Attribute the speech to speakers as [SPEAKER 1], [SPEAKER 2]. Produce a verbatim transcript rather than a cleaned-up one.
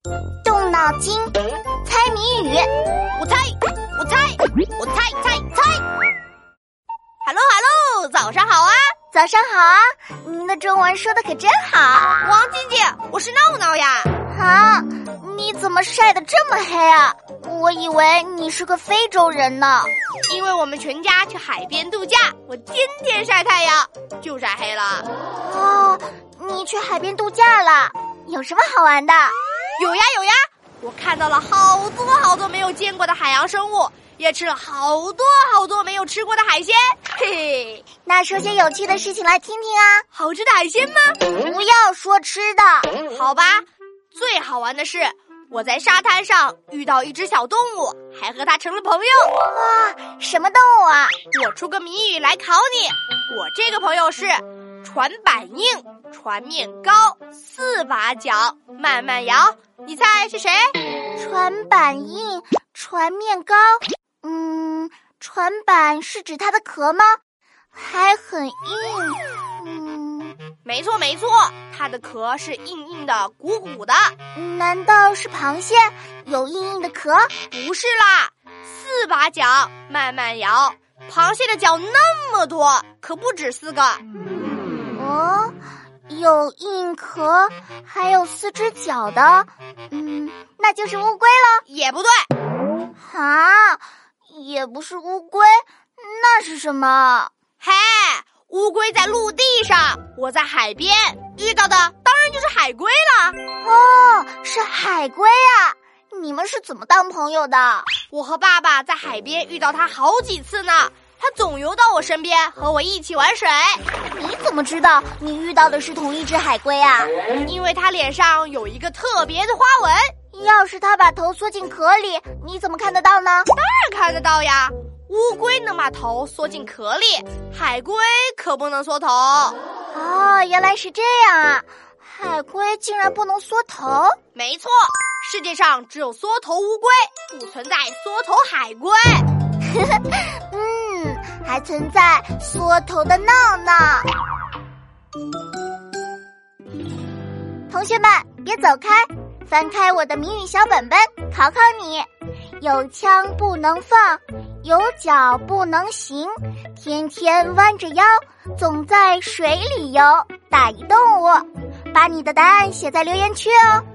[SPEAKER 1] 动脑筋，猜谜语。
[SPEAKER 2] 我猜，我猜，我猜猜猜。Hello Hello， 早上好啊！
[SPEAKER 1] 早上好啊！您的中文说的可真好。
[SPEAKER 2] 王静静，我是闹闹呀。
[SPEAKER 1] 啊，你怎么晒得这么黑啊？我以为你是个非洲人呢。
[SPEAKER 2] 因为我们全家去海边度假，我天天晒太阳，就晒黑了。
[SPEAKER 1] 哦，你去海边度假了？有什么好玩的？
[SPEAKER 2] 有呀有呀，我看到了好多好多没有见过的海洋生物，也吃了好多好多没有吃过的海鲜。嘿嘿，
[SPEAKER 1] 那说些有趣的事情来听听啊。
[SPEAKER 2] 好吃的海鲜吗？
[SPEAKER 1] 不要说吃的。
[SPEAKER 2] 好吧，最好玩的是我在沙滩上遇到一只小动物，还和它成了朋友。
[SPEAKER 1] 哇，什么动物啊？
[SPEAKER 2] 我出个谜语来考你。我这个朋友是船板硬，船面高，四把脚，慢慢摇，你猜是谁？
[SPEAKER 1] 船板硬，船面高。嗯，船板是指它的壳吗？还很硬。嗯，
[SPEAKER 2] 没错没错，它的壳是硬硬的，鼓鼓的。
[SPEAKER 1] 难道是螃蟹？有硬硬的壳？
[SPEAKER 2] 不是啦，四把脚，慢慢摇。螃蟹的脚那么多，可不止四个。
[SPEAKER 1] 哦，有硬壳，还有四只脚的。嗯，那就是乌龟了。
[SPEAKER 2] 也不对。
[SPEAKER 1] 啊，也不是乌龟，那是什么？
[SPEAKER 2] 嘿，乌龟在陆地上，我在海边遇到的当然就是海龟了。
[SPEAKER 1] 哦，是海龟啊！你们是怎么当朋友的？
[SPEAKER 2] 我和爸爸在海边遇到它好几次呢，它总游到我身边和我一起玩水。
[SPEAKER 1] 你怎么知道你遇到的是同一只海龟啊？
[SPEAKER 2] 因为它脸上有一个特别的花纹。
[SPEAKER 1] 要是它把头缩进壳里，你怎么看得到呢？
[SPEAKER 2] 当然看得到呀，乌龟能把头缩进壳里，海龟可不能缩头。
[SPEAKER 1] 哦，原来是这样啊！海龟竟然不能缩头？
[SPEAKER 2] 没错，世界上只有缩头乌龟，不存在缩头海龟。
[SPEAKER 1] 嗯，还存在缩头的闹闹。同学们，别走开，翻开我的谜语小本本，考考你。有枪不能放，有脚不能行，天天弯着腰，总在水里游。大鱼动物，把你的答案写在留言区哦。